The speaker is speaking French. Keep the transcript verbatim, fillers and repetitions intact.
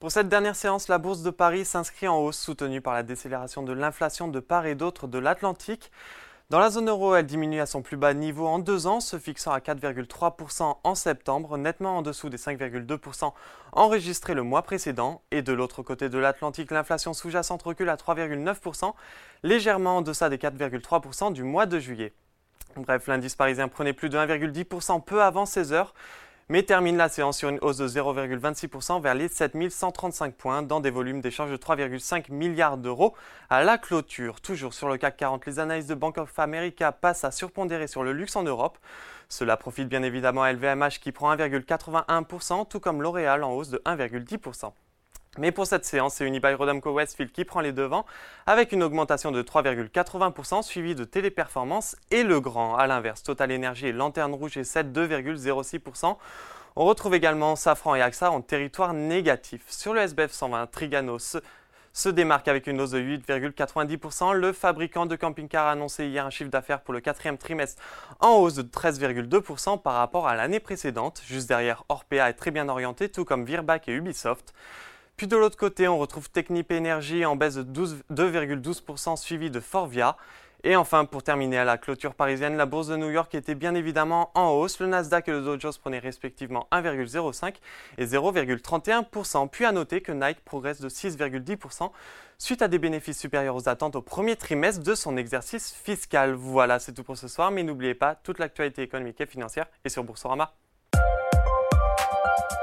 Pour cette dernière séance, la bourse de Paris s'inscrit en hausse, soutenue par la décélération de l'inflation de part et d'autre de l'Atlantique. Dans la zone euro, elle diminue à son plus bas niveau en deux ans, se fixant à quatre virgule trois pour cent en septembre, nettement en dessous des cinq virgule deux pour cent enregistrés le mois précédent. Et de l'autre côté de l'Atlantique, l'inflation sous-jacente recule à trois virgule neuf pour cent, légèrement en deçà des quatre virgule trois pour cent du mois de juillet. Bref, l'indice parisien prenait plus de un virgule dix pour cent peu avant seize heures, mais termine la séance sur une hausse de zéro virgule vingt-six pour cent vers les sept mille cent trente-cinq points dans des volumes d'échange de trois virgule cinq milliards d'euros à la clôture. Toujours sur le C A C quarante, les analyses de Bank of America passent à surpondérer sur le luxe en Europe. Cela profite bien évidemment à L V M H qui prend un virgule quatre-vingt-un pour cent, tout comme L'Oréal en hausse de un virgule dix pour cent. Mais pour cette séance, c'est Unibail-Rodamco-Westfield qui prend les devants avec une augmentation de trois virgule quatre-vingts pour cent suivie de Téléperformance et Legrand. A l'inverse, Total Energy et Lanterne Rouge et cèdent deux virgule zéro six pour cent. On retrouve également Safran et A X A en territoire négatif. Sur le S B F cent vingt, Trigano se, se démarque avec une hausse de huit virgule quatre-vingt-dix pour cent. Le fabricant de camping-car a annoncé hier un chiffre d'affaires pour le quatrième trimestre en hausse de treize virgule deux pour cent par rapport à l'année précédente. Juste derrière, Orpea est très bien orienté, tout comme Virbac et Ubisoft. Puis de l'autre côté, on retrouve Technip Energies en baisse de deux virgule douze pour cent suivi de Forvia. Et enfin, pour terminer à la clôture parisienne, la bourse de New York était bien évidemment en hausse. Le Nasdaq et le Dow Jones prenaient respectivement un virgule zéro cinq et zéro virgule trente et un pour cent. Puis à noter que Nike progresse de six virgule dix pour cent suite à des bénéfices supérieurs aux attentes au premier trimestre de son exercice fiscal. Voilà, c'est tout pour ce soir, mais n'oubliez pas, toute l'actualité économique et financière est sur Boursorama.